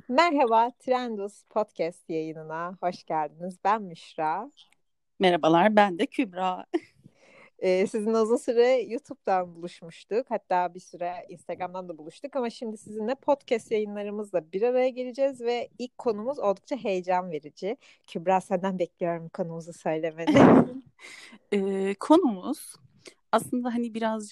Merhaba, Trendus Podcast yayınına hoş geldiniz. Ben Müşra. Merhabalar, ben de Kübra. Sizinle uzun süre YouTube'dan buluşmuştuk. Hatta bir süre Instagram'dan da buluştuk. Ama şimdi sizinle podcast yayınlarımızla bir araya geleceğiz ve ilk konumuz oldukça heyecan verici. Kübra, senden bekliyorum konumuzu söylemeni. Konumuz aslında hani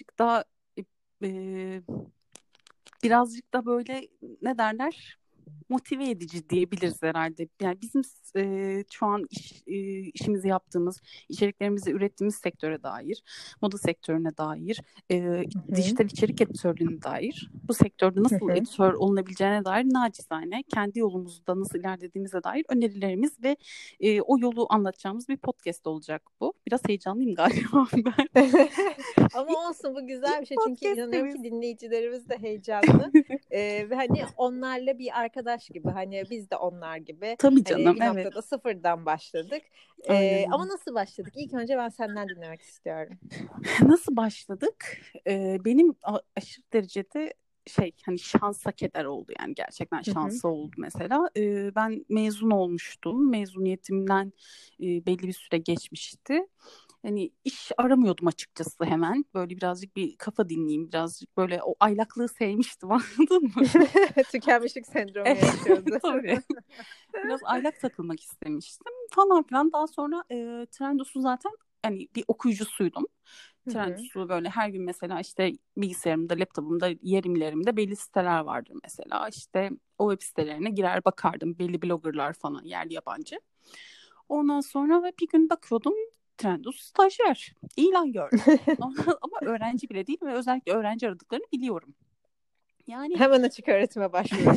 e, birazcık da böyle ne derler? Motive edici diyebiliriz herhalde. Yani bizim şu an işimizi yaptığımız, içeriklerimizi ürettiğimiz sektöre dair, moda sektörüne dair, Hı hı, dijital içerik editörlüğüne dair, bu sektörde hı nasıl hı. editör olunabileceğine dair nacizane kendi yolumuzda nasıl ilerlediğimize dair önerilerimiz ve o yolu anlatacağımız bir podcast olacak bu. Biraz heyecanlıyım galiba ben. Ama İlk, olsun, bu güzel bir ilk şey çünkü inanıyorum podcast'imiz. ki dinleyicilerimiz de heyecanlı. Ve hani onlarla bir arkadaş gibi, hani biz de onlar gibi Tabii hani canım, bir evet. noktada sıfırdan başladık. Aynen Ama öyle. nasıl başladık? İlk önce ben senden dinlemek istiyorum. Nasıl başladık? Benim aşırı derecede hani şansa keder oldu, yani gerçekten Hı hı. şansı oldu mesela. Ben mezun olmuştum. Mezuniyetimden belli bir süre geçmişti. Hani iş aramıyordum açıkçası hemen. Böyle birazcık bir kafa dinleyeyim, birazcık böyle o aylaklığı sevmiştim anladın mı? Tükenmişlik sendromu Evet, yaşıyordu. tabii. Biraz aylak takılmak istemiştim falan filan. Daha sonra Trendos'u zaten hani bir okuyucusuydum. Hı hı. Trendos'u böyle her gün mesela işte bilgisayarımda, laptopumda, yerimlerimde belli siteler vardır mesela. İşte o web sitelerine girer bakardım. Belli bloggerlar falan, yerli yabancı. Ondan sonra ve bir gün bakıyordum, Trendos stajyer ilan gördüm. Ama öğrenci bile değil ve özellikle öğrenci aradıklarını biliyorum. Yani Hemen açık öğretime başvurdum.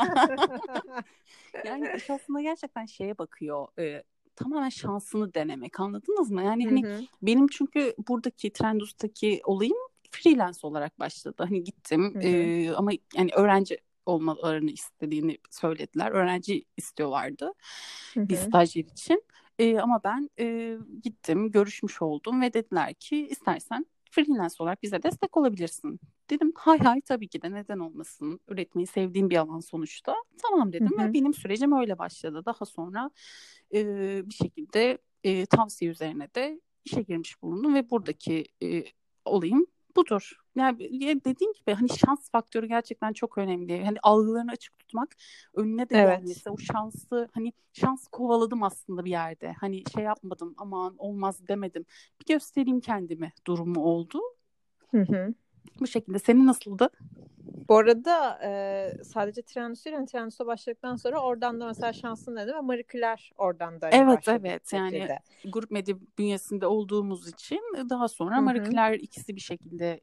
Yani iş aslında gerçekten şeye bakıyor. Tamamen şansını denemek, anladınız mı? Yani Hı hani hı. benim çünkü buradaki Trendus'taki olayım freelance olarak başladı. Hani gittim Hı hı. ama yani öğrenci olmalarını istediğini söylediler. Öğrenci istiyorlardı Hı bir hı. stajyer için. Ama ben gittim, görüşmüş oldum ve dediler ki istersen freelance olarak bize destek olabilirsin. Dedim hay hay, tabii ki de, neden olmasın. Üretmeyi sevdiğim bir alan sonuçta. Tamam Hı dedim ve hı. benim sürecim öyle başladı. Daha sonra bir şekilde tavsiye üzerine de işe girmiş bulundum ve buradaki olayım budur. Yani dediğim gibi hani şans faktörü gerçekten çok önemli. Hani algılarını açık tutmak, önüne de Evet. gelmesi, o şansı, hani şans kovaladım aslında bir yerde. Hani şey yapmadım, aman olmaz demedim. Bir göstereyim kendimi durumu oldu. Hı hı. Bu şekilde. Senin nasıldı? Bu arada sadece Trendus değil, hani Trendus'a başladıktan sonra oradan da mesela şansın dedi ve Marie Claire oradan da hani Evet, başladı evet, bir yani şekilde. grup medya bünyesinde olduğumuz için daha sonra Hı Marie hı. Claire, ikisi bir şekilde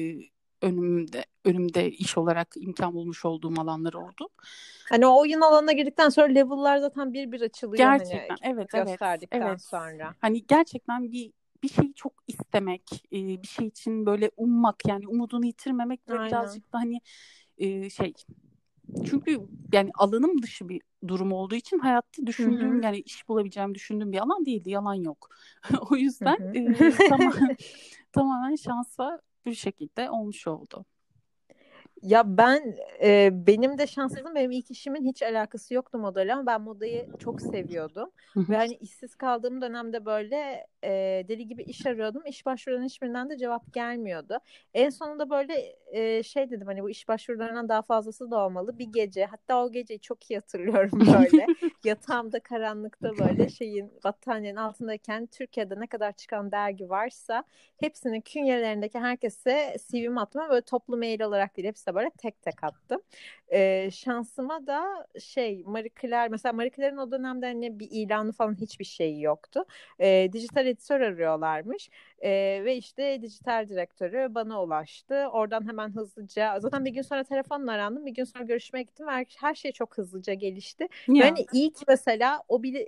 önümde iş olarak imkan bulmuş olduğum alanlar oldu. Hani o oyun alanına girdikten sonra level'lar zaten bir bir açılıyor hani Gerçekten, evet, evet, gösterdikten evet. sonra. Hani gerçekten bir şeyi çok istemek, bir şey için böyle ummak, yani umudunu yitirmemek ve Aynen. birazcık da hani şey. Çünkü yani alanım dışı bir durum olduğu için hayatta Hı düşündüğüm, hı. yani iş bulabileceğim düşündüğüm bir alan değildi. Yalan yok. O Hı yüzden hı. tamamen şansa bir şekilde olmuş oldu. Ya ben benim de şanssızım. Benim ilk işimin hiç alakası yoktu modayla ama ben modayı çok seviyordum. Hı Ve hı. hani işsiz kaldığım dönemde böyle deli gibi iş arıyordum. İş başvurularının hiçbirinden de cevap gelmiyordu. En sonunda böyle şey dedim, hani bu iş başvurularından daha fazlası da olmalı. Bir gece, hatta o geceyi çok iyi hatırlıyorum böyle. Yatağımda karanlıkta böyle battaniyenin altındayken Türkiye'de ne kadar çıkan dergi varsa hepsinin künyelerindeki herkese CV'mi attım ama böyle toplu mail olarak değil, hepsine böyle tek tek attım. Şansıma da Marie Claire, mesela Marie Claire'in o dönemde hani bir ilanı falan hiçbir şeyi yoktu. Dijital editör arıyorlarmış. Ve işte dijital direktörü bana ulaştı. Oradan hemen hızlıca, zaten bir gün sonra telefonla arandım. Bir gün sonra görüşmeye gittim ve her şey çok hızlıca gelişti. Ve Ya. hani ilk mesela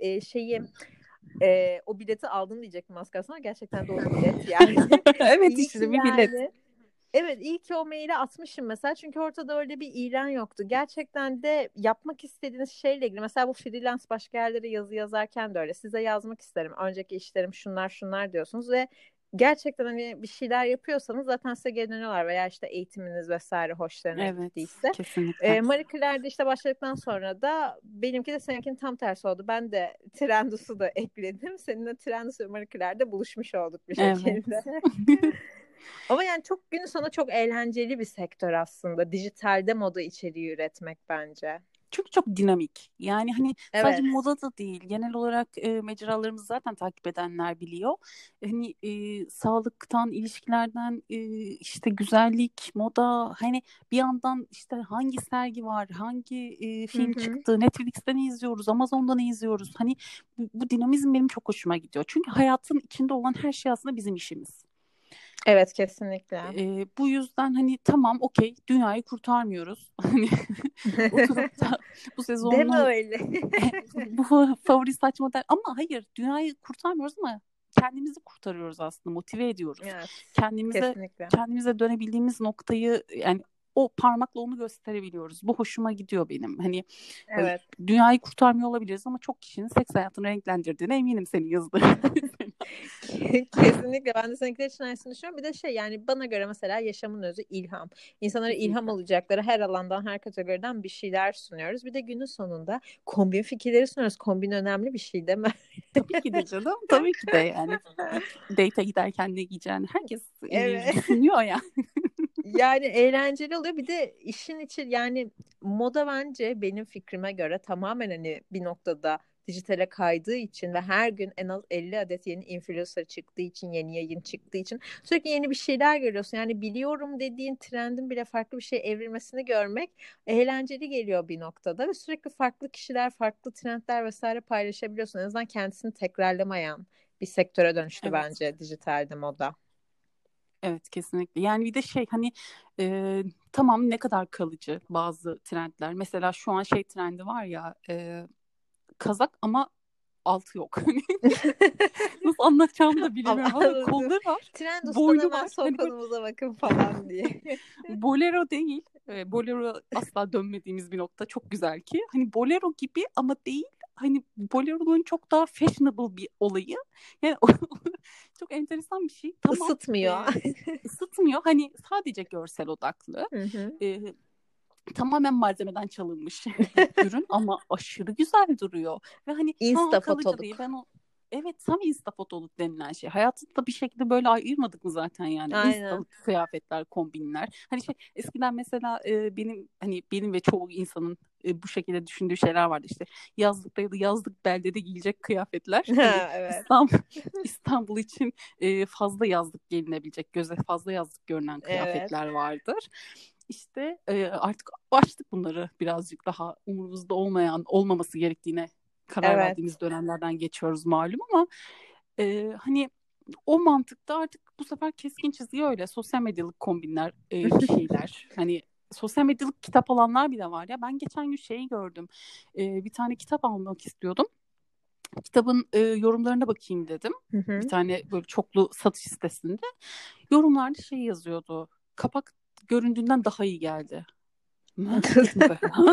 o bileti aldım diyecektim az kalsın ama gerçekten de o bilet yani. Evet, İyi ki işte bir bilet. yani. Evet, iyi ki o maili atmışım mesela, çünkü ortada öyle bir ilan yoktu. Gerçekten de yapmak istediğiniz şeyle ilgili, mesela bu freelance başka yerlere yazı yazarken de öyle. Size yazmak isterim, önceki işlerim şunlar şunlar diyorsunuz ve gerçekten hani bir şeyler yapıyorsanız zaten size geri dönüyorlar veya işte eğitiminiz vesaire hoşlarına Evet, gittiyse. kesinlikle. Marie Claire'de işte başladıktan sonra da benimki de seninkinin tam tersi oldu. Ben de Trendus'u da ekledim. Seninle Trendus ve Marie Claire'de buluşmuş olduk bir Evet. şekilde. Ama yani çok günün sonunda çok eğlenceli bir sektör aslında. Dijitalde moda içeriği üretmek bence. Çünkü çok dinamik. Yani hani sadece Evet. moda da değil. Genel olarak mecralarımızı zaten takip edenler biliyor. Hani sağlıktan, ilişkilerden, işte güzellik, moda. Hani bir yandan işte hangi sergi var, hangi Hı film hı. çıktı, Netflix'te ne izliyoruz, Amazon'da ne izliyoruz. Hani bu dinamizm benim çok hoşuma gidiyor. Çünkü hayatın içinde olan her şey aslında bizim işimiz. Evet, kesinlikle. Bu yüzden hani tamam, okey, dünyayı kurtarmıyoruz. Hani oturup da bu Deme sezonun öyle. bu favori saç model, ama hayır, dünyayı kurtarmıyoruz ama kendimizi kurtarıyoruz aslında, motive ediyoruz. Evet, Kendimize kesinlikle. kendimize dönebildiğimiz noktayı, yani o parmakla onu gösterebiliyoruz. Bu hoşuma gidiyor benim. Hani Evet. dünyayı kurtarmıyor olabiliriz ama çok kişinin seks hayatını renklendirdiğine eminim senin yazdığın. Kesinlikle ben de seninkiler için aynısını düşünüyorum. Bir de şey yani bana göre mesela yaşamın özü ilham. İnsanlara ilham Kesinlikle. olacakları her alandan her kategoriden bir şeyler sunuyoruz. Bir de günün sonunda kombin fikirleri sunuyoruz. Kombin önemli bir şey değil mi? Tabii ki de canım. Tabii ki de, yani ilk date'e giderken ne giyeceğini herkes Evet. düşünüyor ya. Yani eğlenceli oluyor. Bir de işin içi yani moda bence benim fikrime göre tamamen hani bir noktada dijitale kaydığı için ve her gün en az 50 adet yeni influencer çıktığı için, yeni yayın çıktığı için sürekli yeni bir şeyler görüyorsun. Yani biliyorum dediğin trendin bile farklı bir şey evrilmesini görmek eğlenceli geliyor bir noktada ve sürekli farklı kişiler, farklı trendler vesaire paylaşabiliyorsun. En azından kendisini tekrarlamayan bir sektöre dönüştü Evet. bence dijitalde moda. Evet, kesinlikle. Yani bir de şey, hani tamam, ne kadar kalıcı bazı trendler. Mesela şu an şey trendi var ya, kazak ama altı yok. Hani nasıl anlatacağımı da bilemiyorum ama böyle Anladım. kolları var, Trend ustan boynu hemen var. son Hani böyle konumuza bakın falan diye. bolero değil. Bolero asla dönmediğimiz bir nokta. Çok güzel ki. Hani bolero gibi ama değil. Hani bolero'nun çok daha fashionable bir olayı. Yani çok enteresan bir şey. Tamam. Isıtmıyor. Isıtmıyor. Hani sadece görsel odaklı. Hı hı. E, Tamamen malzemeden çalınmış bir ürün ama aşırı güzel duruyor. Ve hani tamam, Insta kalıcı değil. fotoluk. Ben o, evet, tam insta fotoluk denilen şey. Hayatında bir şekilde böyle ayırmadık mı zaten yani? Aynen. Instalık kıyafetler, kombinler. Hani şey, eskiden mesela benim ve çoğu insanın bu şekilde düşündüğü şeyler vardı işte. Yazlıkta ya da yazlık beldede giyilecek kıyafetler. Hani Ha, evet. İstanbul için fazla yazlık gelinebilecek, göze fazla yazlık görünen Evet. kıyafetler vardır. İşte artık açtık bunları, birazcık daha umurumuzda olmaması gerektiğine karar Evet. verdiğimiz dönemlerden geçiyoruz malum, ama hani o mantıkta artık bu sefer keskin çizgi öyle. Sosyal medyalık kombinler, bir şeyler. Hani sosyal medyalık kitap alanlar bile var ya. Ben geçen gün şeyi gördüm. Bir tane kitap almak istiyordum. Kitabın yorumlarına bakayım dedim. Hı Bir hı. tane böyle çoklu satış sitesinde. Yorumlarda şey yazıyordu. Kapak göründüğünden daha iyi geldi. Ha? Dedim böyle. Ha?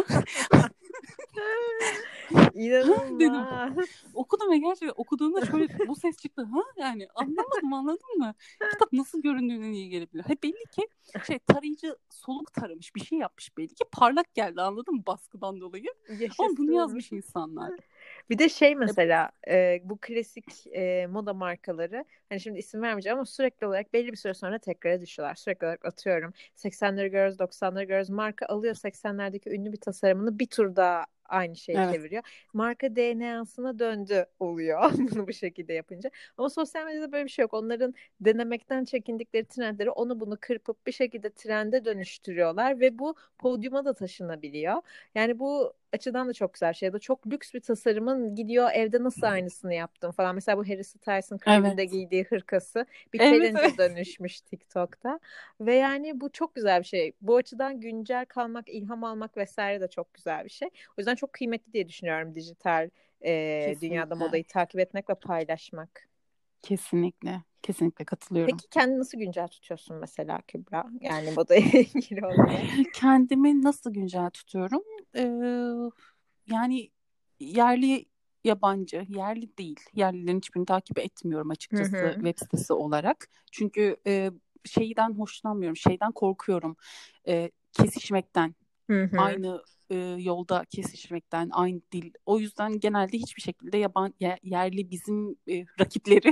Ha? Dedim. İnanılmaz. Okudum ve gerçekten okuduğumda şöyle bu ses çıktı. Ha? Yani anlamadım, anladın mı? Kitap nasıl göründüğünden iyi gelebilir. Ha, belli ki şey, tarayıcı soluk taramış, bir şey yapmış belli ki, parlak geldi, anladın mı, baskıdan dolayı. Ama bunu Yaşasın. yazmış insanlar. Bir de şey E, mesela bu klasik moda markaları hani şimdi isim vermeyeceğim ama sürekli olarak belli bir süre sonra tekrara düşüyorlar. Sürekli olarak atıyorum 80'leri görüyoruz 90'ları görüyoruz. Marka alıyor 80'lerdeki ünlü bir tasarımını bir tur daha aynı şeye evet. çeviriyor. Marka DNA'sına döndü oluyor bunu bu şekilde yapınca. Ama sosyal medyada böyle bir şey yok. Onların denemekten çekindikleri trendleri onu bunu kırpıp bir şekilde trende dönüştürüyorlar ve bu podyuma da taşınabiliyor. Yani bu açıdan da çok güzel şey. Ya da çok lüks bir tasarımın gidiyor evde nasıl aynısını yaptım falan. Mesela bu Harry Styles'ın klibinde Evet. giydiği hırkası bir Evet, challenge'a evet. dönüşmüş TikTok'ta. Ve yani bu çok güzel bir şey. Bu açıdan güncel kalmak, ilham almak vesaire de çok güzel bir şey. O yüzden çok kıymetli diye düşünüyorum dijital dünyada Kesinlikle. modayı takip etmek ve paylaşmak. Kesinlikle. Kesinlikle katılıyorum. Peki kendini nasıl güncel tutuyorsun mesela Kübra? Yani modaya ilgili olarak. Kendimi nasıl güncel tutuyorum? Yani yerli yabancı, yerli değil. Yerlilerin hiçbirini takip etmiyorum Hı açıkçası hı. web sitesi olarak. Çünkü şeyden hoşlanmıyorum, şeyden korkuyorum. Kesişmekten, Hı hı. aynı yolda kesişmekten, aynı dil. O yüzden genelde hiçbir şekilde yerli bizim rakipleri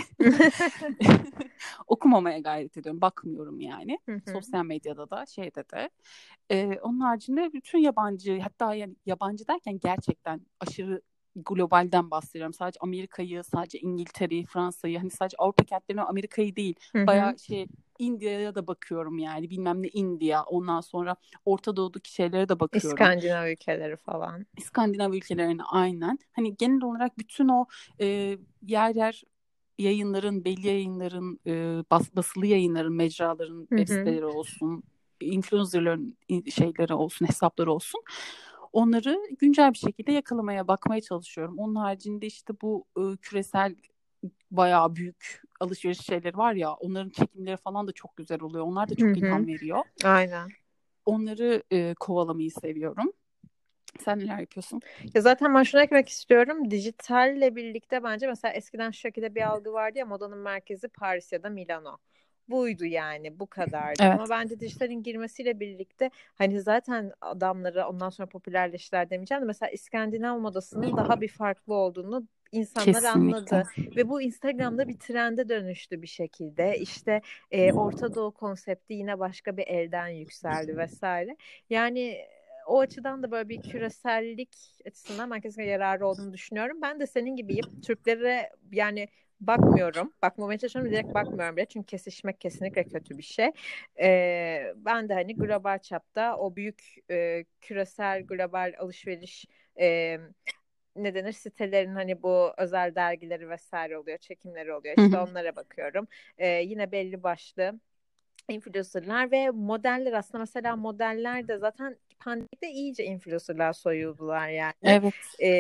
okumamaya gayret ediyorum. Bakmıyorum yani. Hı hı. Sosyal medyada da şeyde de. Onun haricinde bütün yabancı, hatta yani yabancı derken gerçekten aşırı globalden bahsediyorum. Sadece Amerika'yı, sadece İngiltere'yi, Fransa'yı, hani sadece Avrupa kentlerini, Amerika'yı değil. Hı hı. Bayağı India'ya da bakıyorum yani. Bilmem ne India. Ondan sonra Orta Doğu'daki şeylere de bakıyorum. İskandinav ülkeleri falan. İskandinav ülkelerine aynen. Hani genel olarak bütün o yer yer yayınların, belli yayınların, basılı yayınların, mecraların Hı web hı. siteleri olsun, influencerların şeyleri olsun, hesapları olsun. Onları güncel bir şekilde yakalamaya, bakmaya çalışıyorum. Onun haricinde işte bu küresel bayağı büyük alışveriş şeyleri var ya, onların çekimleri falan da çok güzel oluyor. Onlar da Hı çok hı. ilham veriyor. Aynen. Onları kovalamayı seviyorum. Sen neler yapıyorsun? Ya zaten ben şunu eklemek istiyorum. Dijitalle birlikte bence mesela eskiden şu şekilde bir algı vardı ya, modanın merkezi Paris ya da Milano. Buydu yani, bu kadardı. Evet, Ama bence dijitalin girmesiyle birlikte hani zaten adamları ondan sonra popülerleştiler demeyeceğim de mesela İskandinav modasının daha bir farklı olduğunu insanlar kesinlikle. anladı ve bu Instagram'da bir trende dönüştü bir şekilde. İşte Orta Doğu konsepti yine başka bir elden yükseldi vesaire. Yani o açıdan da böyle bir küresellik açısından ben kesinlikle yararı olduğunu düşünüyorum. Ben de senin gibiyim. Türklere yani bakmıyorum. Bakmamaya çalışıyorum. Direkt bakmıyorum bile. Çünkü kesişmek kesinlikle kötü bir şey. Ben de hani global çapta o büyük küresel global alışveriş e, ne denir, sitelerin hani bu özel dergileri vesaire oluyor. Çekimleri oluyor. Hı İşte hı. onlara bakıyorum. Yine belli başlı influencerlar ve modeller, aslında mesela modeller de zaten pandemide iyice influencerlar soyuldular yani. Evet.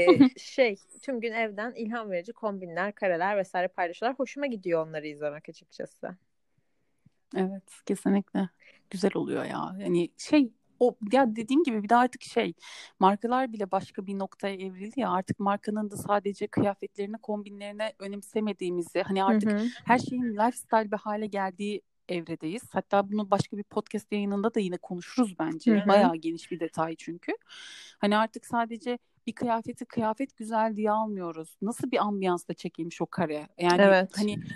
Tüm gün evden ilham verici kombinler, kareler vesaire paylaşıyorlar. Hoşuma gidiyor onları izlemek açıkçası. Evet, kesinlikle güzel oluyor ya. Yani o ya dediğim gibi bir de artık markalar bile başka bir noktaya evrildi ya, artık markanın da sadece kıyafetlerine, kombinlerine önemsemediğimizi, hani Hı artık hı. her şeyin lifestyle bir hale geldiği evredeyiz. Hatta bunu başka bir podcast yayınında da yine konuşuruz Hı bence. hı. Bayağı geniş bir detay çünkü. Hani artık sadece bir kıyafeti kıyafet güzel diye almıyoruz. Nasıl bir ambiyansla çekilmiş o kare? Yani Evet. hani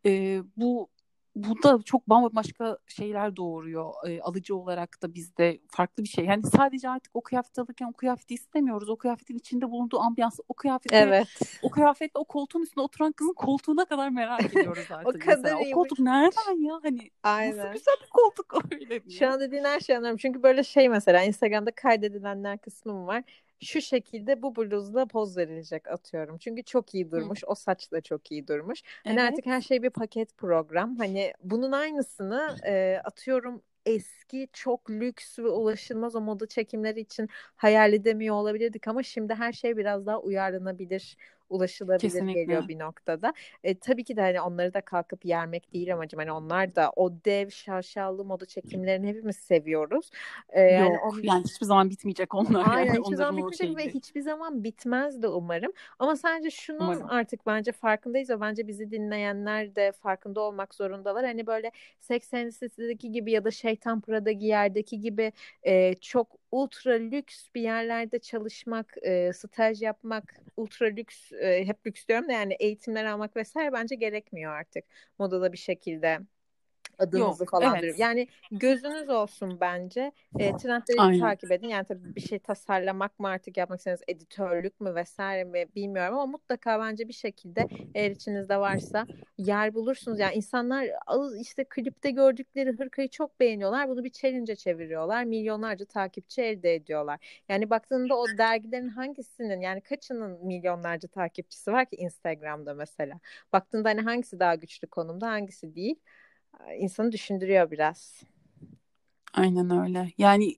bu da çok bambaşka şeyler doğuruyor. Alıcı olarak da bizde farklı bir şey. Yani sadece artık o kıyafeti alırken o kıyafeti istemiyoruz. O kıyafetin içinde bulunduğu ambiyansı, Evet. o kıyafetle o koltuğun üstünde oturan kızın koltuğuna kadar merak ediyoruz O artık kadar mesela. O iyiymiş. koltuk nereden ya? Hani nasıl Aynen. güzel bir koltuk öyle Şu diye. an dediğin her şeyi anlıyorum. Çünkü böyle mesela Instagram'da kaydedilenler kısmım var. Şu şekilde bu bluzla poz verilecek atıyorum. Çünkü çok iyi Hı. durmuş. O saç da çok iyi durmuş. Hani Evet, artık her şey bir paket program. Hani bunun aynısını atıyorum eski çok lüks ve ulaşılmaz o moda çekimleri için hayal edemiyor olabilirdik ama şimdi her şey biraz daha uyarlanabilir, ulaşılabilir geliyor kesinlikle. bir noktada. Tabii ki de hani onları da kalkıp yermek değil amacım. Hani onlar da o dev şaşalı moda çekimlerini hepimiz seviyoruz. Yani Yok. Yani hiçbir zaman bitmeyecek onlar aynen yani. hiçbir zaman Onların o bitmeyecek ve şeyleri. hiçbir zaman bitmez de umarım. Ama sadece şunun Umarım. artık bence farkındayız ve bence bizi dinleyenler de farkında olmak zorundalar. Hani böyle Sex and the City'deki gibi ya da Şeytanpıra'daki yerdeki gibi çok ultra lüks bir yerlerde çalışmak, staj yapmak, ultra lüks, hep lüks diyorum da yani eğitimler almak vesaire bence gerekmiyor artık modada bir şekilde adınızı Yok. falan duyurup. Evet. Yani gözünüz olsun bence. Trendleri Aynen. takip edin. Yani tabii bir şey tasarlamak mı artık yapmak istiyorsanız, editörlük mü vesaire mi bilmiyorum ama mutlaka bence bir şekilde eğer içinizde varsa yer bulursunuz. Yani insanlar işte klipte gördükleri hırkayı çok beğeniyorlar. Bunu bir challenge'a çeviriyorlar. Milyonlarca takipçi elde ediyorlar. Yani baktığında o dergilerin hangisinin, yani kaçının milyonlarca takipçisi var ki Instagram'da mesela. Baktığında hani hangisi daha güçlü konumda, hangisi değil, insanı düşündürüyor biraz. Aynen öyle. Yani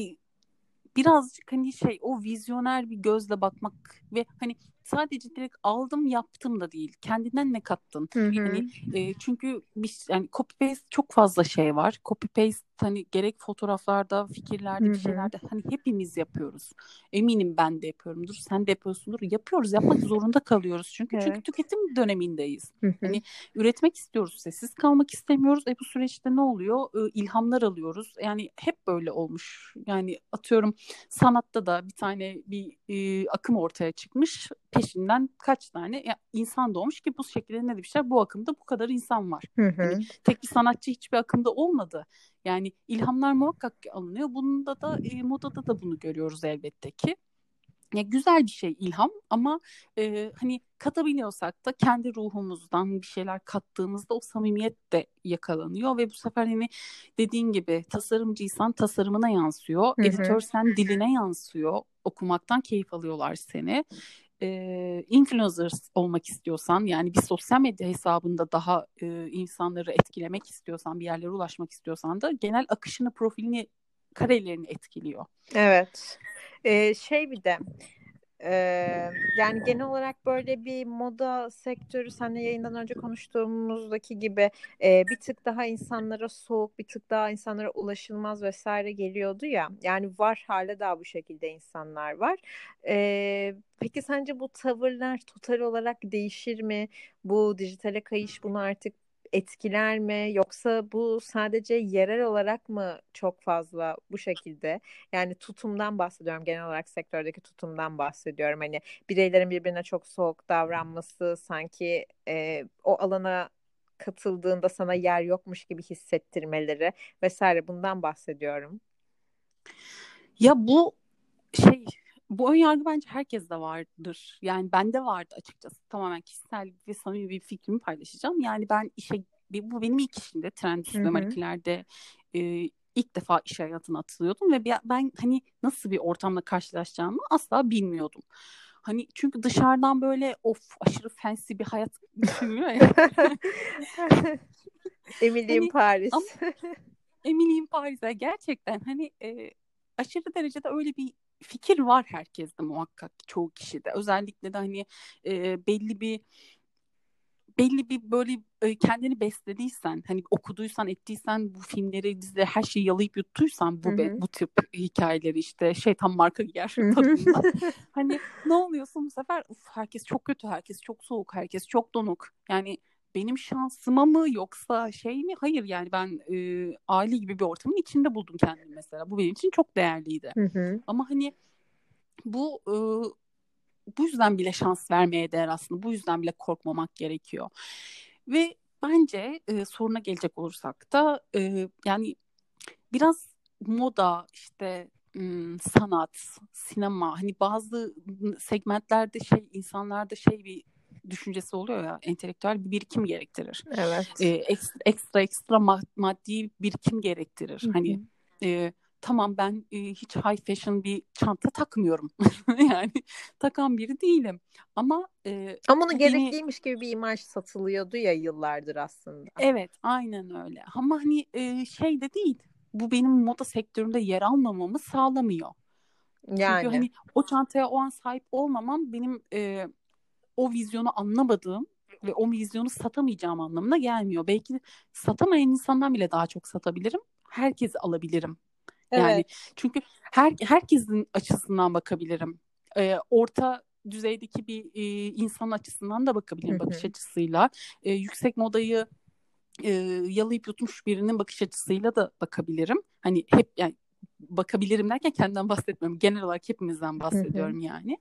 birazcık hani o vizyoner bir gözle bakmak ve hani sadece direkt aldım yaptım da değil. Kendinden ne kattın? Hı Hani hı. çünkü yani copy paste çok fazla şey var. Copy paste hani gerek fotoğraflarda, fikirlerde, bir şeylerde hani hepimiz yapıyoruz. Eminim ben de yapıyorumdur, sen de yapıyorsundur. Yapıyoruz, yapmak zorunda kalıyoruz çünkü Evet. tüketim dönemindeyiz. Hı hı. Hani üretmek istiyoruz, sessiz kalmak istemiyoruz. Bu süreçte ne oluyor? İlhamlar alıyoruz. Yani hep böyle olmuş. Yani atıyorum sanatta da bir akım ortaya çıkmış. Peşinden kaç tane insan doğmuş ki bu şekilde ne demişler? Bu akımda bu kadar insan var. Hı Hani hı. tek bir sanatçı hiçbir akımda olmadı. Yani ilhamlar muhakkak ki alınıyor. Bunda da modada da bunu görüyoruz elbette ki. Ya güzel bir şey ilham ama hani katabiliyorsak da kendi ruhumuzdan bir şeyler kattığımızda o samimiyet de yakalanıyor ve bu sefer hani dediğin gibi tasarımcıysan tasarımına yansıyor, Hı hı. editörsen diline yansıyor, okumaktan keyif alıyorlar seni. Influencer olmak istiyorsan yani bir sosyal medya hesabında daha insanları etkilemek istiyorsan bir yerlere ulaşmak istiyorsan da genel akışını, profilini, karelerini etkiliyor. Evet. Şey bir de yani genel olarak böyle bir moda sektörü seninle yayından önce konuştuğumuzdaki gibi bir tık daha insanlara soğuk, bir tık daha insanlara ulaşılmaz vesaire geliyordu ya. Yani var hala daha bu şekilde insanlar var. Peki sence bu tavırlar total olarak değişir mi? Bu dijitale kayış bunu artık etkiler mi? Yoksa bu sadece yerel olarak mı çok fazla bu şekilde? Yani tutumdan bahsediyorum. Genel olarak sektördeki tutumdan bahsediyorum. Hani bireylerin birbirine çok soğuk davranması, sanki o alana katıldığında sana yer yokmuş gibi hissettirmeleri vesaire, bundan bahsediyorum. Ya bu ön yargı bence herkeste vardır. Yani bende vardı açıkçası. Tamamen kişisel ve samimi bir fikrimi paylaşacağım. Yani bu benim ilk işimde Hı Trendüstü ve hı. Marie'lerde e, ilk defa iş hayatına atılıyordum ve ben hani nasıl bir ortamla karşılaşacağımı asla bilmiyordum. Hani çünkü dışarıdan böyle aşırı fancy bir hayat düşünülüyor ya. Emily in Hani ama Paris. Emily'in Paris'e gerçekten hani aşırı derecede öyle bir fikir var herkeste muhakkak çoğu kişide. Özellikle de hani e, belli bir belli bir böyle kendini beslediysen, hani okuduysan, ettiysen bu filmleri, dizileri, her şeyi yalayıp yuttuysan Hı hı. bu tip hikayeleri işte şeytan marka yer Hı hı. tadında. Hani ne oluyorsun bu sefer? Uf, herkes çok kötü, herkes çok soğuk, herkes çok donuk. Yani benim şansıma mı yoksa şey mi? Hayır yani ben aile gibi bir ortamın içinde buldum kendimi mesela. Bu benim için çok değerliydi. Hı hı. Ama hani bu bu yüzden bile şans vermeye değer aslında. Bu yüzden bile korkmamak gerekiyor. Ve bence soruna gelecek olursak da yani biraz moda işte sanat, sinema hani bazı segmentlerde insanlarda bir düşüncesi oluyor ya, entelektüel bir birikim gerektirir. Evet. Ekstra maddi birikim gerektirir. Hı Hani hı. tamam ben hiç high fashion bir çanta takmıyorum. Yani takan biri değilim. Ama Ama bunu bu beni gerekliymiş gibi bir imaj satılıyordu ya yıllardır aslında. evet aynen öyle. Ama hani de değil. Bu benim moda sektöründe yer almamamı sağlamıyor. Çünkü Yani. hani o çantaya o an sahip olmamam benim o vizyonu anlamadığım ve o vizyonu satamayacağım anlamına gelmiyor. Belki satamayan insandan bile daha çok satabilirim. Herkesi alabilirim. Yani Evet. çünkü herkesin açısından bakabilirim. Orta düzeydeki bir insan açısından da Hı bakabilirim bakış hı. açısıyla. Yüksek modayı e, yalayıp yutmuş birinin bakış açısıyla da bakabilirim. Hani hep yani bakabilirim derken kendimden bahsetmiyorum. Genel olarak hepimizden Hı hı. bahsediyorum yani.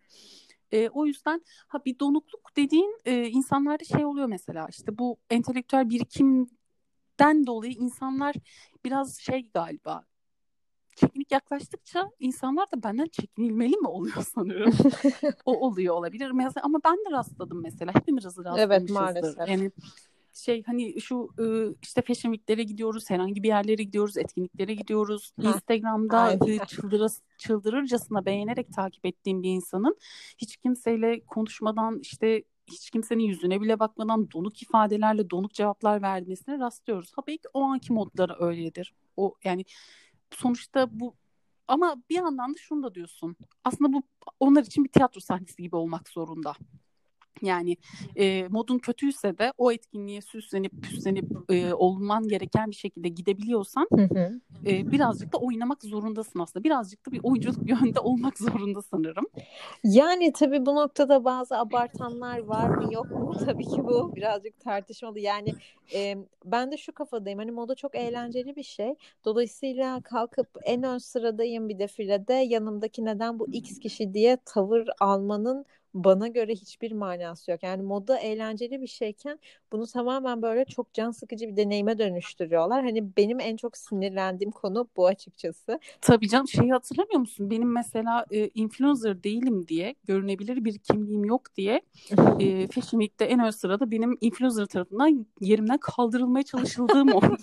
O yüzden bir donukluk dediğin insanlarda oluyor mesela işte bu entelektüel birikimden dolayı insanlar biraz galiba çekinik yaklaştıkça insanlar da benden çekinilmeli mi oluyor sanırım. O oluyor olabilir. Mesela, ama ben de rastladım mesela. Hepimiz Evet, rastlamışızdır. maalesef. Yani hani şu işte Fashion Week'lere gidiyoruz, herhangi bir yerlere gidiyoruz, etkinliklere gidiyoruz. Ha, Instagram'da aynen. çıldırırcasına beğenerek takip ettiğim bir insanın hiç kimseyle konuşmadan işte hiç kimsenin yüzüne bile bakmadan donuk ifadelerle donuk cevaplar vermesine rastlıyoruz. Ha belki o anki modları öyledir. O yani sonuçta bu ama bir yandan da şunu da diyorsun. Aslında bu onlar için bir tiyatro sahnesi gibi olmak zorunda. Yani modun kötüyse de o etkinliğe süslenip püslenip olman gereken bir şekilde gidebiliyorsan Hı hı. birazcık da oynamak zorundasın aslında. Birazcık da bir oyunculuk yönde olmak zorunda sanırım. Yani tabii bu noktada bazı abartanlar var mı yok mu? Tabii ki bu birazcık tartışmalı. Yani ben de şu kafadayım. Hani moda çok eğlenceli bir şey. Dolayısıyla kalkıp en ön sıradayım bir defilede, yanımdaki neden bu X kişi diye tavır almanın bana göre hiçbir manası yok. Yani moda eğlenceli bir şeyken bunu tamamen böyle çok can sıkıcı bir deneyime dönüştürüyorlar. Hani benim en çok sinirlendiğim konu bu açıkçası. Tabii canım, şeyi hatırlamıyor musun? Benim mesela influencer değilim diye, görünebilir bir kimliğim yok diye Fashion Week'te en ön sırada benim influencer tarafından yerimden kaldırılmaya çalışıldığım oldu.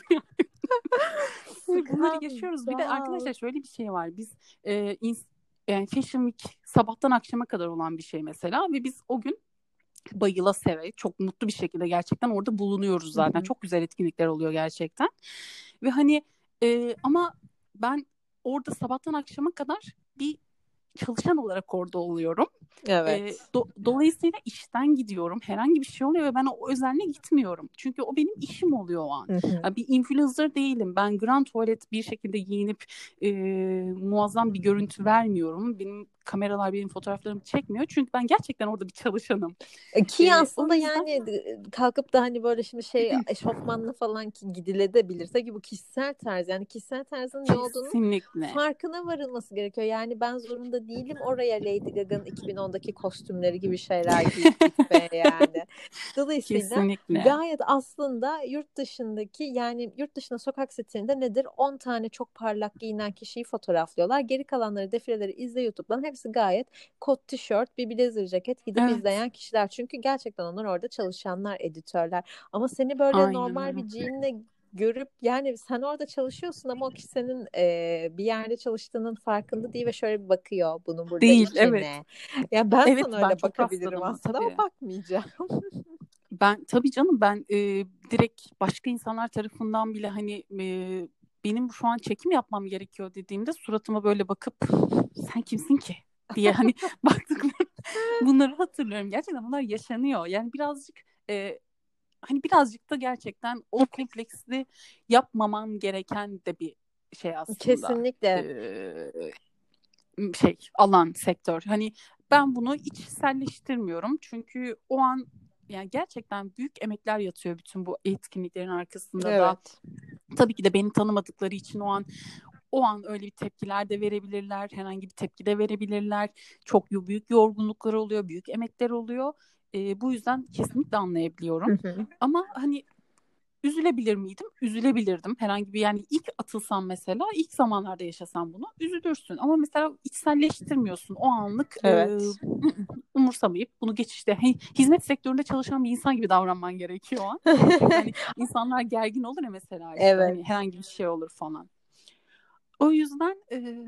Yani bunları yaşıyoruz. Bir de Skandal. arkadaşlar şöyle bir şey var. Biz yani Fashion Week sabahtan akşama kadar olan bir şey mesela ve biz o gün bayıla seve çok mutlu bir şekilde gerçekten orada bulunuyoruz Hı zaten. hı. Çok güzel etkinlikler oluyor gerçekten. Ve hani ama ben orada sabahtan akşama kadar bir çalışan olarak orada oluyorum. Evet. Dolayısıyla işten gidiyorum. Herhangi bir şey oluyor ve ben o özenle gitmiyorum. Çünkü o benim işim oluyor o an. Hı hı. Yani bir influencer değilim. Ben grand tuvalet bir şekilde giyinip muazzam bir görüntü vermiyorum. Benim kameralar benim fotoğraflarımı çekmiyor. Çünkü ben gerçekten orada bir çalışanım. Ki O aslında yüzden yani kalkıp da hani böyle şimdi şey eşofmanla falan ki gidilebilir. Tabii bu kişisel tarz, yani kişisel tarzın ne olduğunu kesinlikle. farkına varılması gerekiyor. Yani ben zorunda değilim oraya Lady Gaga'nın 2010'daki kostümleri gibi şeyler giyip gitmeye yani. Dolayısıyla Kesinlikle. gayet aslında yurt dışındaki, yani yurt dışında sokak setinde nedir? 10 tane çok parlak giyinen kişiyi fotoğraflıyorlar. Geri kalanları, defileleri izle YouTube'dan, hepsi gayet kot tişört, bir blazer ceket gidip Evet. izleyen kişiler. Çünkü gerçekten onlar orada çalışanlar, editörler. Ama seni böyle Aynen normal öyle. bir jeanle görüp, yani sen orada çalışıyorsun ama o kişi senin bir yerde çalıştığının farkında değil ve şöyle bir bakıyor, bunun burada Değil, işi evet. ne? Ya ben Evet, sana ben öyle çok bakabilirim rastladım aslında ama tabii. bakmayacağım. Ben tabii canım, ben direkt başka insanlar tarafından bile hani benim şu an çekim yapmam gerekiyor dediğimde suratıma böyle bakıp sen kimsin ki diye hani baktıklarım, bunları hatırlıyorum. Gerçekten bunlar yaşanıyor. Yani birazcık hani birazcık da gerçekten o kompleksli yapmaman gereken de bir şey aslında. Kesinlikle. Şey, alan, sektör. Hani ben bunu içselleştirmiyorum. Çünkü o an yani gerçekten büyük emekler yatıyor bütün bu etkinliklerin arkasında da. Evet. Tabii ki de beni tanımadıkları için o an öyle bir tepkiler de verebilirler. Herhangi bir tepki de verebilirler. Çok büyük yorgunluklar oluyor, büyük emekler oluyor. Bu yüzden kesinlikle anlayabiliyorum. Hı hı. Ama hani üzülebilir miydim? Üzülebilirdim. Herhangi bir, yani ilk atılsam mesela, ilk zamanlarda yaşasam bunu üzülürsün. Ama mesela içselleştirmiyorsun. O anlık Evet. umursamayıp bunu geçişte hizmet sektöründe çalışan bir insan gibi davranman gerekiyor o an. Çünkü hani insanlar gergin olur ya mesela, işte Evet. hani herhangi bir şey olur falan. O yüzden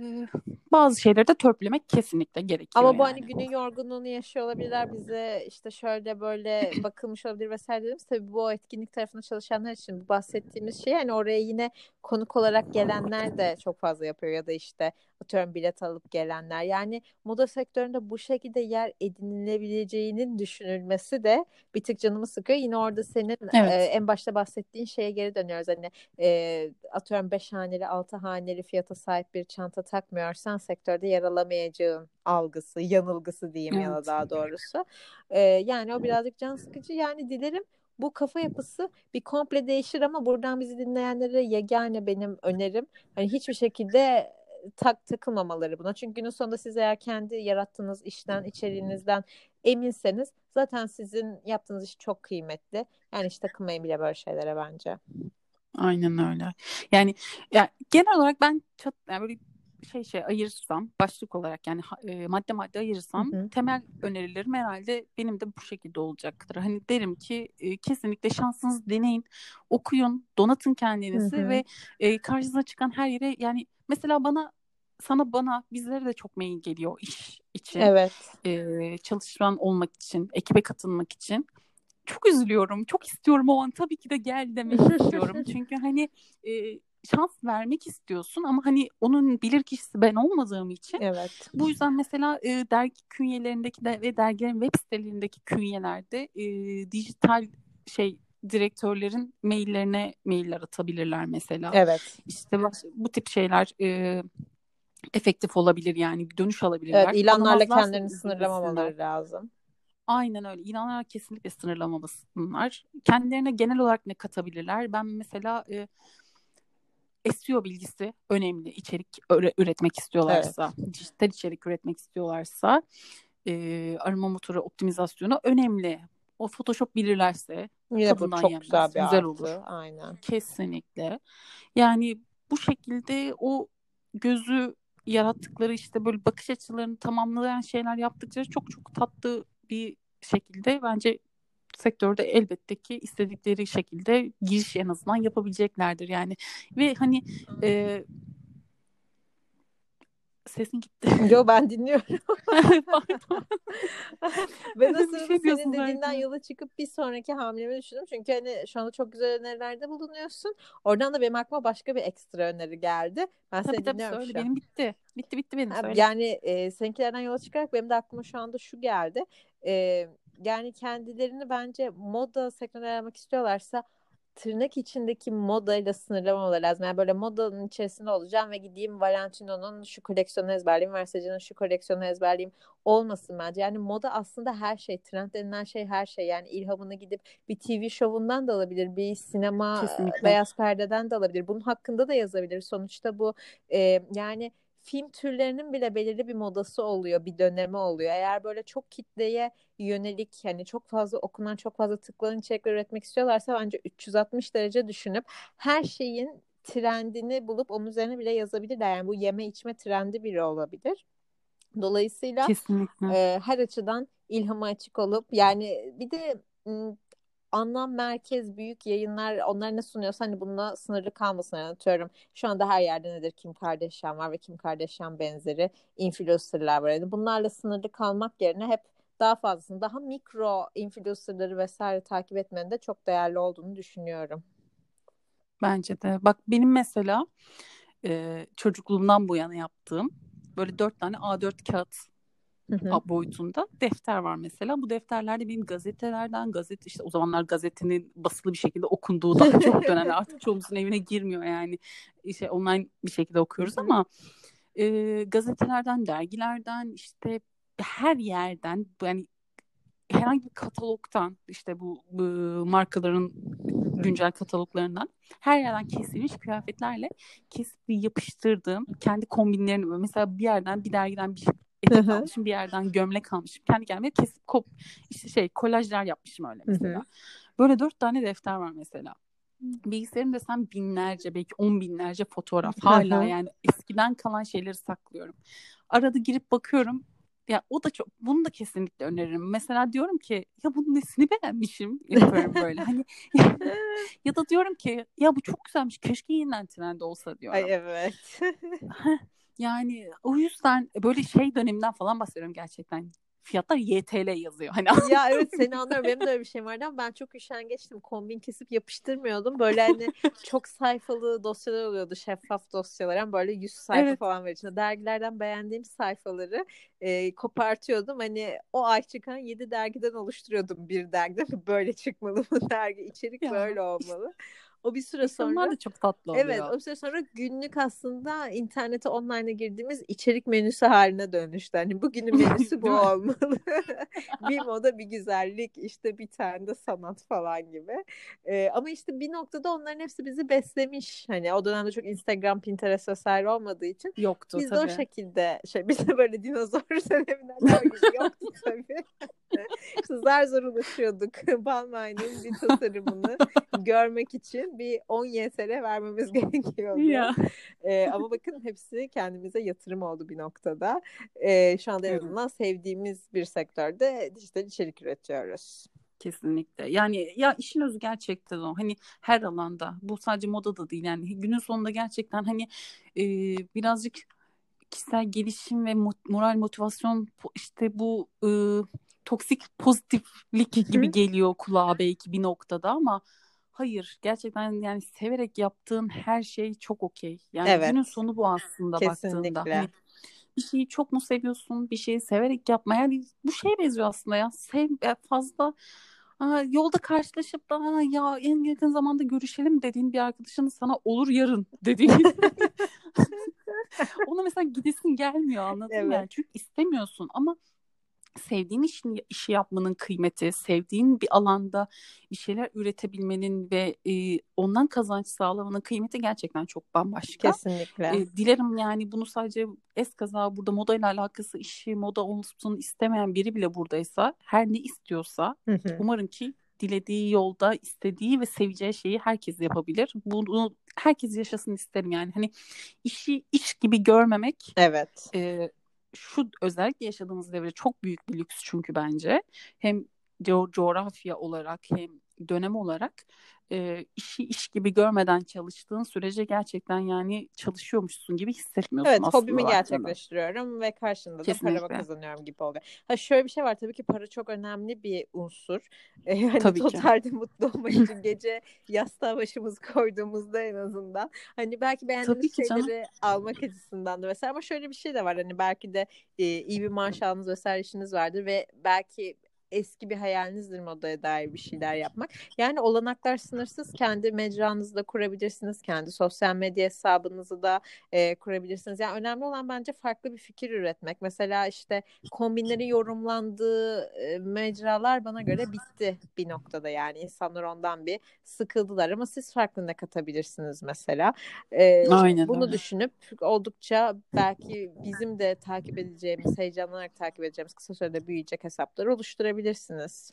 bazı şeyleri de törpülemek kesinlikle gerekiyor Ama bu hani yani. günün yorgunluğunu yaşıyor olabilirler. Bize işte şöyle böyle bakılmış olabilir vesaire dedim. Tabii bu etkinlik tarafında çalışanlar için bu bahsettiğimiz şey, hani oraya yine konuk olarak gelenler de çok fazla yapıyor ya da işte atıyorum bilet alıp gelenler. Yani moda sektöründe bu şekilde yer edinilebileceğinin düşünülmesi de bir tık canımı sıkıyor. Yine orada senin Evet. en başta bahsettiğin şeye geri dönüyoruz. Hani atıyorum 5 haneli 6 haneli fiyata sahip bir çanta takmıyorsan sektörde yer alamayacağın algısı, yanılgısı diyeyim ya da Evet. daha doğrusu. Yani o birazcık can sıkıcı. Yani dilerim bu kafa yapısı bir komple değişir ama buradan bizi dinleyenlere yegane benim önerim, hani hiçbir şekilde takılmamaları buna. Çünkü günün sonunda siz eğer kendi yarattığınız işten, içeriğinizden eminseniz zaten sizin yaptığınız iş çok kıymetli. Yani hiç takılmayın bile böyle şeylere bence. Aynen öyle. Yani ya genel olarak ben yani böyle şey ayırırsam, başlık olarak yani madde madde Hı ayırırsam, hı. temel önerilerim herhalde benim de bu şekilde olacaktır. Hani derim ki kesinlikle şansınızı deneyin, okuyun, donatın Hı kendinizi hı. ve karşınıza çıkan her yere, yani mesela bana bizlere de çok mail geliyor iş için, Evet. çalışan olmak için, ekibe katılmak için. Çok üzülüyorum. Çok istiyorum o an. Tabii ki de gel demek istiyorum. Çünkü hani şans vermek istiyorsun ama hani onun bilirkişisi ben olmadığım için Evet. bu yüzden mesela dergi künyelerindeki de ve dergilerin web sitelerindeki künyelerde dijital direktörlerin maillerine mailler atabilirler mesela. Evet. İşte bu tip şeyler efektif olabilir, yani dönüş Evet, alabilirler. ilanlarla Alamazlarsa da kendilerini üzülmesinler. sınırlamamaları lazım. Aynen öyle. İnanlar kesinlikle sınırlamamasınlar. Kendilerine genel olarak ne katabilirler? Ben mesela SEO bilgisi önemli. İçerik üretmek istiyorlarsa, Evet. dijital içerik üretmek istiyorlarsa arama motoru optimizasyonu önemli. O Photoshop bilirlerse Yine bu tadından çok güzel yenmez. bir Güzel olur. artı. Aynen. Kesinlikle. Yani bu şekilde o gözü yarattıkları, işte böyle bakış açılarını tamamlayan şeyler yaptıkça çok çok tatlı bir şekilde bence sektörde elbette ki istedikleri şekilde giriş en azından yapabileceklerdir yani. Ve hani sesin gitti. Yo, ben dinliyorum. Pardon. Ben o Bir sırada şey senin diyorsun dediğinden belki. yola çıkıp bir sonraki hamlemi düşündüm. Çünkü hani şu anda çok güzel önerilerde bulunuyorsun. Oradan da benim aklıma başka bir ekstra öneri geldi. Ben seni Tabii dinliyorum söyle, şu an. benim bitti. Bitti benim, söyle. Yani seninkilerden yola çıkarak benim de aklıma şu anda şu geldi. E, Yani kendilerini bence moda sektörüne yaymak istiyorlarsa tırnak içindeki modayla sınırlamamaları lazım. Yani böyle modanın içerisinde olacağım ve gideyim Valentino'nun şu koleksiyonu ezberleyeyim, Versace'nin şu koleksiyonu ezberleyeyim olmasın bence. Yani moda aslında her şey, trend denilen şey her şey. Yani ilhamını gidip bir TV şovundan da alabilir, bir sinema Kesinlikle. beyaz perdeden de alabilir. Bunun hakkında da yazabilir. Sonuçta bu yani film türlerinin bile belirli bir modası oluyor, bir dönemi oluyor. Eğer böyle çok kitleye yönelik, hani çok fazla okunan, çok fazla tıklanan içerikler üretmek istiyorlarsa bence 360 derece düşünüp her şeyin trendini bulup onun üzerine bile yazabilirler. Yani bu yeme içme trendi biri olabilir. Dolayısıyla Kesinlikle. her açıdan ilhama açık olup, yani bir de anlam merkez büyük yayınlar onlar ne sunuyorsa hani bununla sınırlı kalmasın. Yani atıyorum şu anda her yerde nedir, Kim Kardashian var ve Kim Kardashian benzeri influencerlar var. Yani bunlarla sınırlı kalmak yerine hep daha fazlasını, daha mikro influencerları vesaire takip etmenin de çok değerli olduğunu düşünüyorum. Bence de. Bak benim mesela çocukluğumdan bu yana yaptığım böyle 4 tane A4 kağıt Hı hı. boyutunda defter var mesela. Bu defterlerde benim gazetelerden, işte o zamanlar gazetenin basılı bir şekilde okunduğu daha çok dönemler, artık çoğumuzun evine girmiyor yani, işte online bir şekilde Hı okuyoruz hı. ama gazetelerden, dergilerden, işte her yerden, yani herhangi bir katalogdan, işte bu markaların güncel kataloglarından her yerden kesilmiş kıyafetlerle kesip yapıştırdığım kendi kombinlerini, mesela bir yerden, bir dergiden bir Hı etek hı. almışım, bir yerden gömlek almışım. Kendi kendime kesip işte kolajlar yapmışım öyle Hı hı. mesela. Böyle 4 tane defter var mesela. Bilgisayarım desem binlerce, belki 10 binlerce fotoğraf. Hı Hala hı. yani eskiden kalan şeyleri saklıyorum. Arada girip bakıyorum. Ya o da çok, bunu da kesinlikle öneririm. Mesela diyorum ki ya bunun nesini beğenmişim, yapıyorum böyle. Hani ya da diyorum ki ya bu çok güzelmiş, keşke yeniden trend olsa Ay, diyorum. evet. Heh, yani o yüzden böyle döneminden falan bahsediyorum gerçekten. Fiyatlar YTL yazıyor. Hani Ya anladın evet, mı? seni anlıyorum. Benim de öyle bir şeyim vardı ama ben çok üşengeçtim. Kombin kesip yapıştırmıyordum. Böyle hani çok sayfalı dosyalar oluyordu. Şeffaf dosyalar. Ama böyle 100 sayfa Evet. falan var içinde. Dergilerden beğendiğim sayfaları kopartıyordum. Hani o ay çıkan 7 dergiden oluşturuyordum bir dergide. Böyle çıkmalı bu dergi. İçerik Ya böyle işte, olmalı. O bir süre işte onlar sonra da çok tatlı Evet, oluyor. o süre sonra günlük aslında internete online'a girdiğimiz içerik menüsü haline dönüştü. Hani bugünün menüsü bu Değil mi? olmalı. Bir moda, bir güzellik, işte bir tane de sanat falan gibi. Ama işte bir noktada onların hepsi bizi beslemiş. Hani o dönemde çok Instagram, Pinterest vesaire olmadığı için Yoktu biz de o tabii. şekilde biz de böyle dinozor döneminden der gibi yoktu tabii. İşte zar zor ulaşıyorduk. Balmain'in bir tasarımını görmek için bir 10 YTL vermemiz gerekiyordu. Ya. Ama bakın hepsi kendimize yatırım oldu bir noktada. Şu anda en Evet, azından sevdiğimiz bir sektörde dijital içerik üretiyoruz. kesinlikle. Yani ya işin özü gerçekten o. Hani her alanda. Bu sadece moda da değil. Yani günün sonunda gerçekten hani birazcık kişisel gelişim ve moral motivasyon, işte bu toksik pozitiflik gibi geliyor kulağa belki bir noktada ama hayır, gerçekten yani severek yaptığın her şey çok okey. Yani günün Evet, sonu bu aslında baktığında. kesinlikle. Hani bir şeyi çok mu seviyorsun? Bir şeyi severek yapma. Yani bu şeye benziyor aslında ya. Fazla yolda karşılaşıp da ya en yakın zamanda görüşelim dediğin bir arkadaşın sana olur yarın dediğin. Ona mesela gidesin gelmiyor, anladın mı? Evet. Yani çünkü istemiyorsun ama sevdiğin işi yapmanın kıymeti, sevdiğin bir alanda bir şeyler üretebilmenin ve ondan kazanç sağlamanın kıymeti gerçekten çok bambaşka. Kesinlikle. Dilerim yani bunu sadece eskaza burada modayla alakası işi moda olsun istemeyen biri bile buradaysa her ne istiyorsa Hı hı. umarım ki dilediği yolda istediği ve seveceği şeyi herkes yapabilir. Bunu herkes yaşasın isterim yani. Hani işi iş gibi görmemek Evet. e, şu özellikle yaşadığımız devre çok büyük bir lüks çünkü bence. Hem coğrafya olarak hem dönem olarak işi iş gibi görmeden çalıştığın sürece gerçekten yani çalışıyormuşsun gibi hissetmiyorsun Evet, hobimi aslında baktığında. gerçekleştiriyorum ve karşında da para Kesinlikle. kazanıyorum gibi oluyor. Ha, şöyle bir şey var, tabii ki para çok önemli bir unsur. Hani Tabii ki. totalde mutlu olmak için gece yastığa başımızı koyduğumuzda en azından. Hani belki Tabii beğendiğimiz ki canım. şeyleri almak açısından da mesela, ama şöyle bir şey de var. Hani belki de iyi bir maaş aldığınız vesaire işiniz vardır ve belki eski bir hayalinizdir modaya dair bir şeyler yapmak. Yani olanaklar sınırsız. Kendi mecranızı da kurabilirsiniz. Kendi sosyal medya hesabınızı da kurabilirsiniz. Yani önemli olan bence farklı bir fikir üretmek. Mesela işte kombinlerin yorumlandığı mecralar bana göre bitti bir noktada. Yani insanlar ondan bir sıkıldılar, ama siz farklı ne katabilirsiniz mesela. Aynen Bunu öyle. düşünüp oldukça belki bizim de takip edeceğimiz, heyecanlanarak takip edeceğimiz, kısa sürede büyüyecek hesapları oluşturabilirsiniz.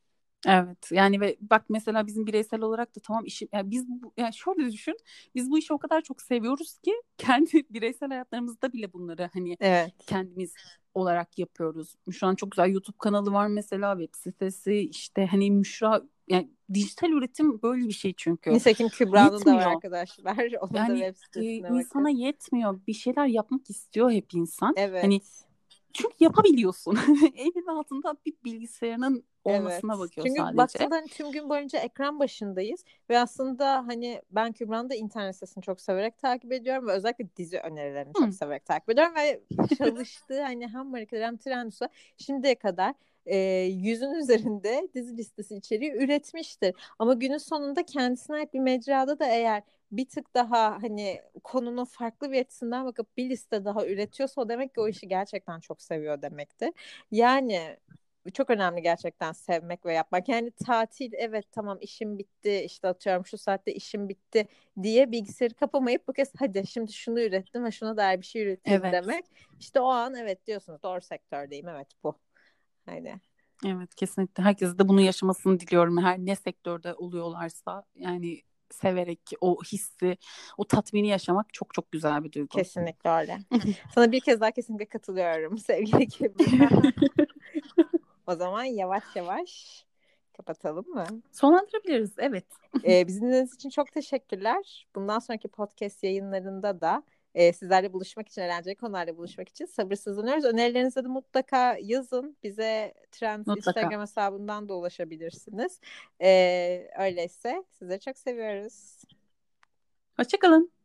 Evet yani ve bak mesela bizim bireysel olarak da tamam işi yani yani şöyle düşün, biz bu işi o kadar çok seviyoruz ki kendi bireysel hayatlarımızda bile bunları hani Evet. kendimiz olarak yapıyoruz. Şu an çok güzel YouTube kanalı var mesela, web sitesi, işte hani Müşra, yani dijital üretim böyle bir şey çünkü Nitekim Kübra'nın da var yetmiyor. arkadaşlar. Onun da Yani web sitesine insana bakın. yetmiyor, bir şeyler yapmak istiyor hep insan. Hani Evet. çünkü yapabiliyorsun. Elinin altında bir bilgisayarının olmasına Evet. bakıyor Çünkü sadece. baktığında hani tüm gün boyunca ekran başındayız ve aslında hani ben Kübra'nın da internet sitesini çok severek takip ediyorum ve özellikle dizi önerilerini çok Hı. severek takip ediyorum ve çalıştığı hani hem Marika hem Trendus'a şimdiye kadar yüzün üzerinde dizi listesi içeriği üretmiştir. Ama günün sonunda kendisine ait bir mecrada da eğer bir tık daha hani konunun farklı bir açısından bakıp bir liste daha üretiyorsa, o demek ki o işi gerçekten çok seviyor demektir. Yani çok önemli gerçekten sevmek ve yapmak. Yani tatil, evet tamam işim bitti, işte atıyorum şu saatte işim bitti diye bilgisayarı kapamayıp bu kez hadi şimdi şunu ürettim ve şuna dair bir şey üreteyim Evet. demek. İşte o an evet diyorsunuz, doğru sektördeyim, evet bu. Hani Evet, kesinlikle. Herkese de bunu yaşamasını diliyorum. Her ne sektörde oluyorlarsa yani severek o hissi, o tatmini yaşamak çok çok güzel bir duygu. kesinlikle öyle. Sana bir kez daha kesinlikle katılıyorum sevgili Kübra. O zaman yavaş yavaş kapatalım mı? Sonlandırabiliriz. Evet. Bizim dinlediğiniz için çok teşekkürler. Bundan sonraki podcast yayınlarında da sizlerle buluşmak için, eğlenceli konularla buluşmak için sabırsızlanıyoruz. Önerilerinizi de mutlaka yazın. Bize Trends Mutlaka. Instagram hesabından da ulaşabilirsiniz. Öyleyse sizleri çok seviyoruz. Hoşça kalın.